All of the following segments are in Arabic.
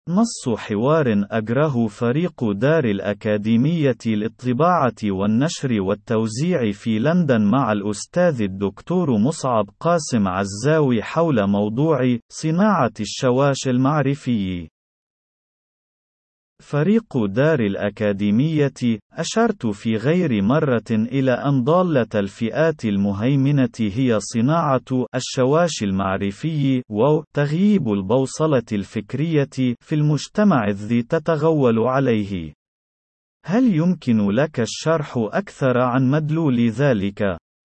نص حوار أجراه فريق دار الأكاديمية للطباعة والنشر والتوزيع في لندن مع الأستاذ الدكتور مصعب قاسم عزاوي حول موضوع صناعة الشواش المعرفي. فريق دار الأكاديمية: أشرت في غير مرة إلى أن ضالة الفئات المهيمنة هي صناعة الشواش المعرفي وتغييب البوصلة الفكرية في المجتمع الذي تتغول عليه. هل يمكن لك الشرح أكثر عن مدلول ذلك؟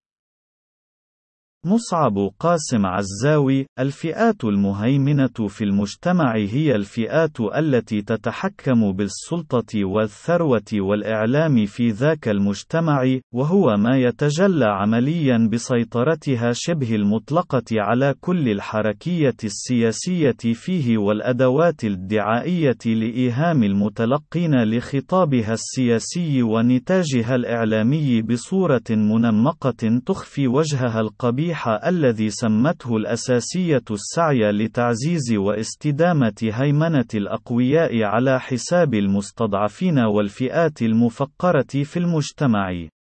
مصعب قاسم عزاوي: الفئات المهيمنة في المجتمع هي الفئات التي تتحكم بالسلطة والثروة والإعلام في ذاك المجتمع، وهو ما يتجلى عمليا بسيطرتها شبه المطلقة على كل الحركية السياسية فيه والأدوات الدعائية لإيهام المتلقين لخطابها السياسي ونتاجها الإعلامي بصورة منمقة تخفي وجهها القبيح الذي سمته الأساسية السعي لتعزيز واستدامة هيمنة الأقوياء على حساب المستضعفين والفئات المفقرة في المجتمع.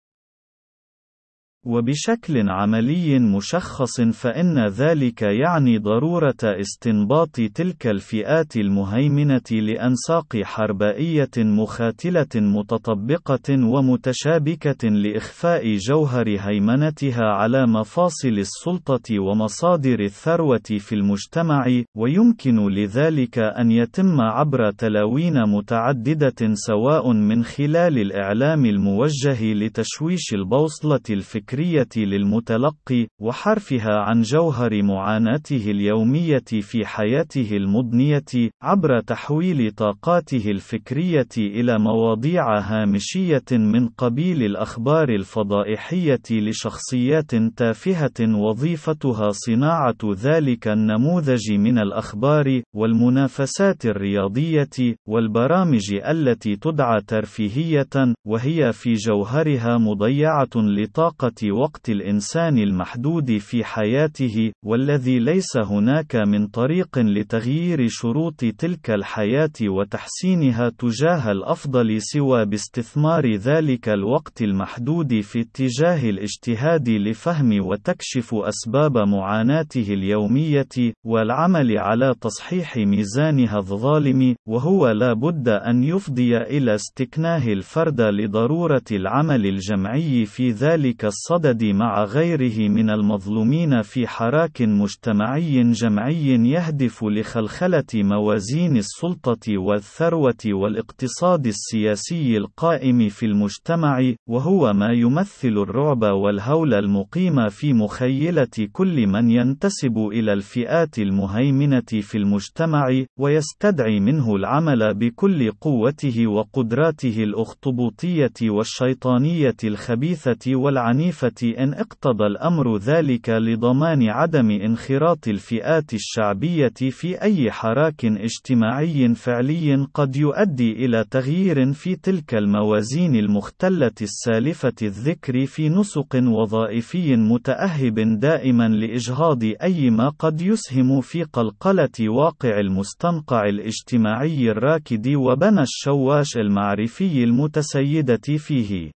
وبشكل عملي مشخص فإن ذلك يعني ضرورة استنباط تلك الفئات المهيمنة لأنساق حربائية مخاتلة متطبقة ومتشابكة لإخفاء جوهر هيمنتها على مفاصل السلطة ومصادر الثروة في المجتمع، ويمكن لذلك أن يتم عبر تلاوين متعددة سواء من خلال الإعلام الموجه لتشويش البوصلة الفكرية للمتلقي وحرفها عن جوهر معاناته اليومية في حياته المضنية، عبر تحويل طاقاته الفكرية إلى مواضيع هامشية من قبيل الأخبار الفضائحية لشخصيات تافهة وظيفتها صناعة ذلك النموذج من الأخبار والمنافسات الرياضية والبرامج التي تدعى ترفيهية، وهي في جوهرها مضيعة لطاقة وقت الإنسان المحدود في حياته، والذي ليس هناك من طريق لتغيير شروط تلك الحياة وتحسينها تجاه الأفضل سوى باستثمار ذلك الوقت المحدود في اتجاه الاجتهاد لفهم وتكشف أسباب معاناته اليومية، والعمل على تصحيح ميزانها الظالم، وهو لا بد أن يفضي إلى استكناه الفرد لضرورة العمل الجمعي في ذلك الصدد مع غيره من المظلومين في حراك مجتمعي جمعي يهدف لخلخلة موازين السلطة والثروة والاقتصاد السياسي القائم في المجتمع، وهو ما يمثل الرعب والهول المقيم في مخيلة كل من ينتسب إلى الفئات المهيمنة في المجتمع، ويستدعي منه العمل بكل قوته وقدراته الأخطبوطية والشيطانية الخبيثة والعنيفة إن اقتضى الأمر ذلك لضمان عدم انخراط الفئات الشعبية في أي حراك اجتماعي فعلي قد يؤدي إلى تغيير في تلك الموازين المختلة السالفة الذكر في نسق وظائفي متأهب دائما لإجهاض أي ما قد يسهم في قلقلة واقع المستنقع الاجتماعي الراكد وبنى الشواش المعرفي المتسيدة فيه.